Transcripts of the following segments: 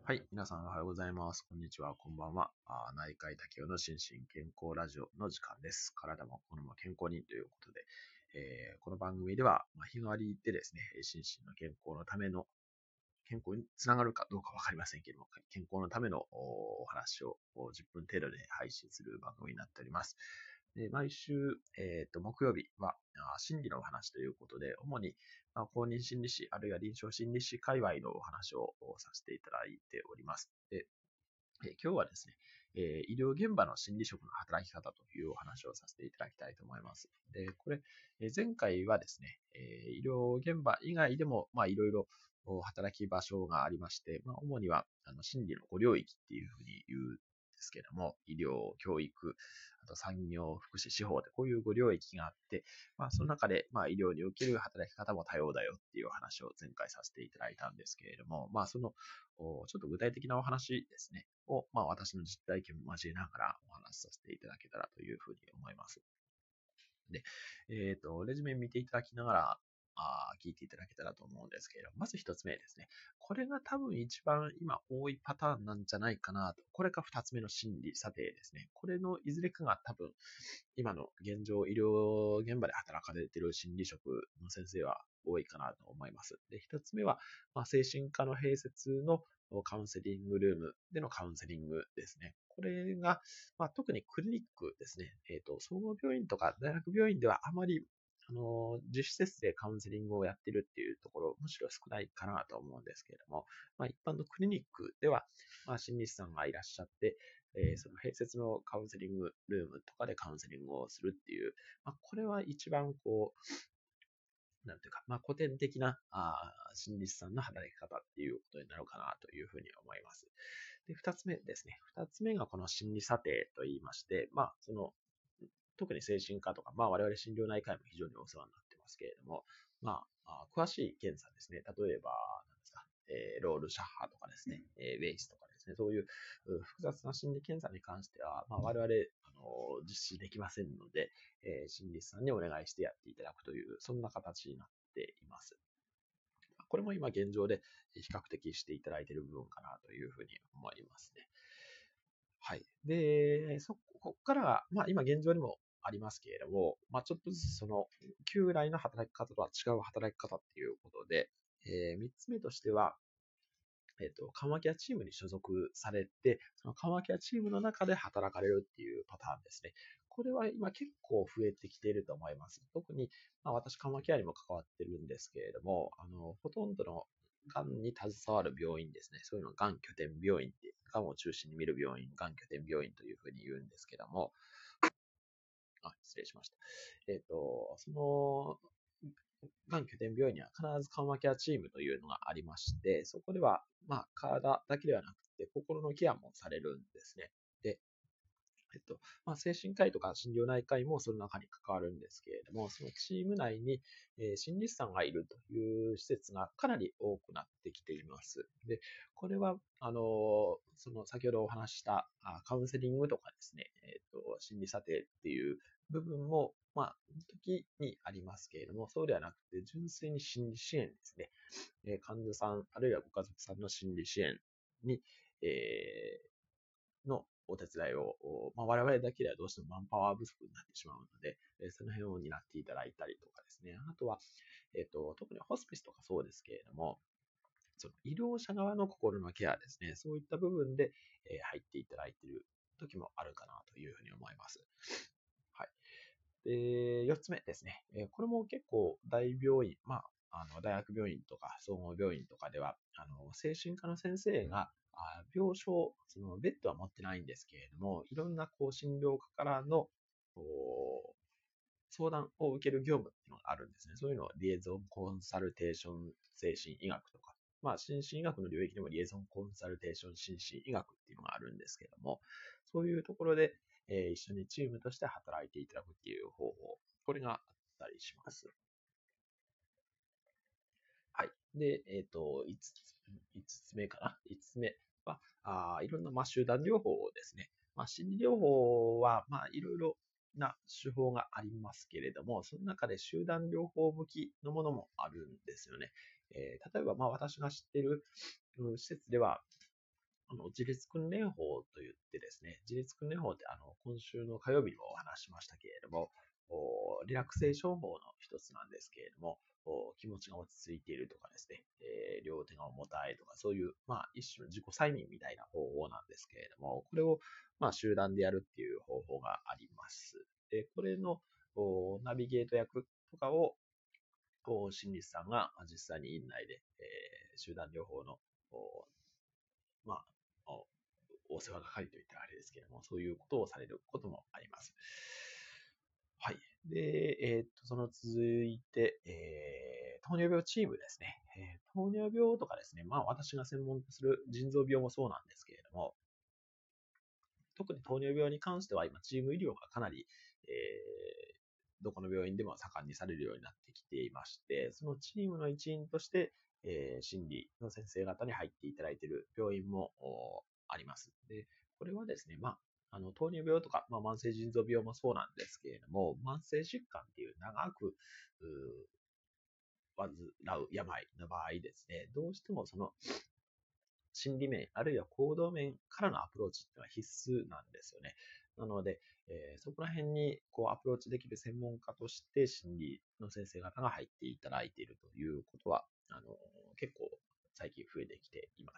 はい。皆さんおはようございます。こんにちは。こんばんは。内科医竹雄の心身健康ラジオの時間です。体も心も健康にということで、この番組では、日替わりでですね、心身の健康のための、健康につながるかどうかわかりませんけれども、健康のためのお話を10分程度で配信する番組になっております。で毎週、木曜日は心理のお話ということで、主に公認心理師、あるいは臨床心理師界隈のお話をさせていただいております。で今日はですね、医療現場の心理職の働き方というお話をさせていただきたいと思います。で、これ、前回はですね、医療現場以外でも、いろいろ働き場所がありまして、主には心理の5領域っていうふうに言うんですけども、医療、教育、あと産業、福祉、司法でこういう5領域があって、その中で、医療における働き方も多様だよっていうお話を前回させていただいたんですけれども、そのちょっと具体的なお話ですね、を、私の実体験も交えながらお話しさせていただけたらというふうに思います。で、レジュメ見ていただきながら、聞いていただけたらと思うんですけれども、まず一つ目ですね。これが多分一番今多いパターンなんじゃないかなと。これが二つ目の心理査定ですね。これのいずれかが多分今の現状医療現場で働かれている心理職の先生は多いかなと思います。で、一つ目は、精神科の併設のカウンセリングルームでのカウンセリングですね。これが、特にクリニックですね。総合病院とか大学病院ではあまり、自主設定カウンセリングをやってるっていうところ、むしろ少ないかなと思うんですけれども、一般のクリニックでは、心理師さんがいらっしゃって、その併設のカウンセリングルームとかでカウンセリングをするっていう、これは一番こう、なんていうか、古典的な心理師さんの働き方っていうことになるかなというふうに思います。で、二つ目ですね。二つ目がこの心理査定と言いまして、特に精神科とか、我々心療内科医も非常にお世話になってますけれども、詳しい検査ですね。例えば、何ですか、ロールシャッハとかですね、ウェイスとかですね、そういう複雑な心理検査に関しては、我々、実施できませんので、心理師さんにお願いしてやっていただくという、そんな形になっています。これも今現状で比較的していただいている部分かなというふうに思いますね。はい。で、こからは、今現状にもありますけれども、ちょっとずつその、旧来の働き方とは違う働き方っていうことで、三つ目としては、緩和ケアチームに所属されて、その緩和ケアチームの中で働かれるっていうパターンですね。これは今結構増えてきていると思います。特に、私、緩和ケアにも関わってるんですけれども、ほとんどのがんに携わる病院ですね。そういうのをがん拠点病院って、がんを中心に見る病院、がん拠点病院というふうに言うんですけども、失礼しました。その、がん拠点病院には必ず緩和ケアチームというのがありまして、そこでは、体だけではなくて、心のケアもされるんですね。で、精神科医とか心療内科医もその中に関わるんですけれども、そのチーム内に、心理師さんがいるという施設がかなり多くなってきています。で、これは、その先ほどお話ししたカウンセリングとかですね、心理査定っていう部分も、時にありますけれども、そうではなくて、純粋に心理支援ですね。患者さん、あるいはご家族さんの心理支援に、のお手伝いを、我々だけではどうしてもマンパワー不足になってしまうので、その辺を担っていただいたりとかですね。あとは、特にホスピスとかそうですけれども、その医療者側の心のケアですね。そういった部分で、入っていただいている時もあるかなというふうに思います。はい。で、四つ目ですね。これも結構大病院、大学病院とか総合病院とかでは、精神科の先生が、病床、そのベッドは持ってないんですけれども、いろんな診療科からの相談を受ける業務っていうのがあるんですね。そういうのをリエゾンコンサルテーション精神医学とか、心身医学の領域でもリエゾンコンサルテーション心身医学っていうのがあるんですけれども、そういうところで、一緒にチームとして働いていただくっていう方法、これがあったりします。はい。で、5つ目かな。5つ目は、いろんな、集団療法ですね。心理療法は、いろいろな手法がありますけれども、その中で集団療法向きのものもあるんですよね。例えば、私が知っている施設では、 自立訓練法といってですね、自立訓練法って今週の火曜日にもお話ししましたけれども、リラクセーション法の一つなんですけれども、気持ちが落ち着いているとかですね、両手が重たいとか、そういう、一種の自己催眠みたいな方法なんですけれども、これを、集団でやるっていう方法があります。で、これのナビゲート役とかを、心理師さんが実際に院内で、集団療法の、まあ、お世話係といったらあれですけれども、そういうことをされることもあります。はい。で、その続いて、糖尿病チームですね。糖尿病とかですね、私が専門とする腎臓病もそうなんですけれども、特に糖尿病に関しては今、チーム医療がかなり、どこの病院でも盛んにされるようになってきていまして、そのチームの一員として、心理の先生方に入っていただいている病院もあります。で、これはですね、糖尿病とか、慢性腎臓病もそうなんですけれども、慢性疾患っていう長く、患う病の場合ですね、どうしてもその心理面、あるいは行動面からのアプローチっていうのは必須なんですよね。なので、そこら辺にアプローチできる専門家として心理の先生方が入っていただいているということは、結構最近増えてきています。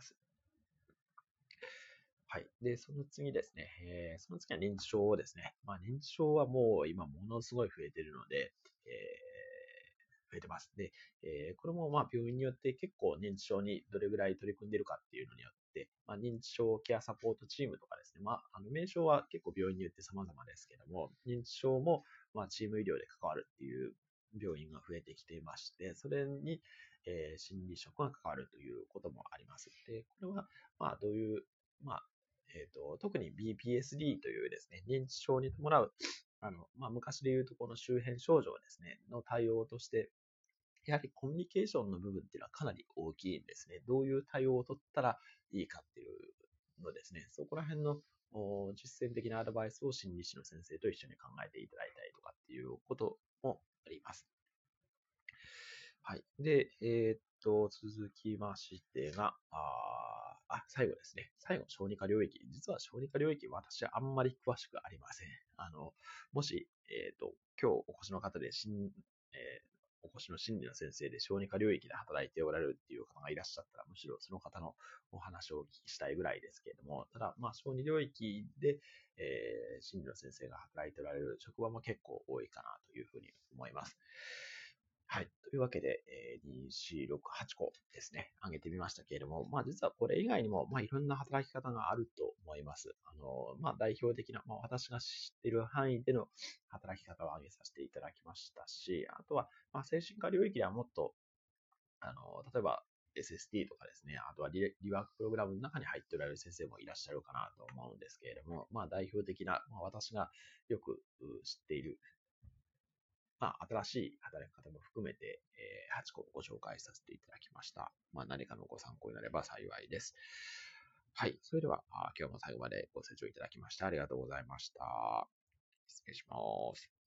はい。で、その次ですね。その次は認知症ですね。認知症はもう今ものすごい増えているので、増えてます。で、これも病院によって結構認知症にどれぐらい取り組んでいるかっていうのによって、認知症ケアサポートチームとかですね、名称は結構病院によって様々ですけども、認知症もチーム医療で関わるっていう病院が増えてきていまして、それに、心理職が関わるということもあります。で、これは、どういう、まあ、特に BPSD というですね、認知症に伴う、昔で言うとこの周辺症状ですね、の対応として、やはりコミュニケーションの部分っていうのはかなり大きいんですね。どういう対応を取ったらいいかっていうのですね。そこら辺の実践的なアドバイスを心理師の先生と一緒に考えていただいたりとかっていうこともあります。はい。で、続きましてが、最後ですね。最後、小児科領域。実は小児科領域、私はあんまり詳しくありません。もし、今日お越しの方で、お越しの心理の先生で小児科領域で働いておられるっていう方がいらっしゃったら、むしろその方のお話をお聞きしたいぐらいですけれども、ただ、小児領域で、心理の先生が働いておられる職場も結構多いかなというふうに思います。はい。というわけで、2、4、6、8個ですね、挙げてみましたけれども、実はこれ以外にも、いろんな働き方があると思います。代表的な、私が知っている範囲での働き方を挙げさせていただきましたし、あとは、精神科領域ではもっと、例えば、SST とかですね、あとはリワークプログラムの中に入っておられる先生もいらっしゃるかなと思うんですけれども、代表的な、私がよく知っている新しい働き方も含めて、8個ご紹介させていただきました。何かのご参考になれば幸いです。はい。それでは、今日も最後までご清聴いただきましてありがとうございました。失礼します。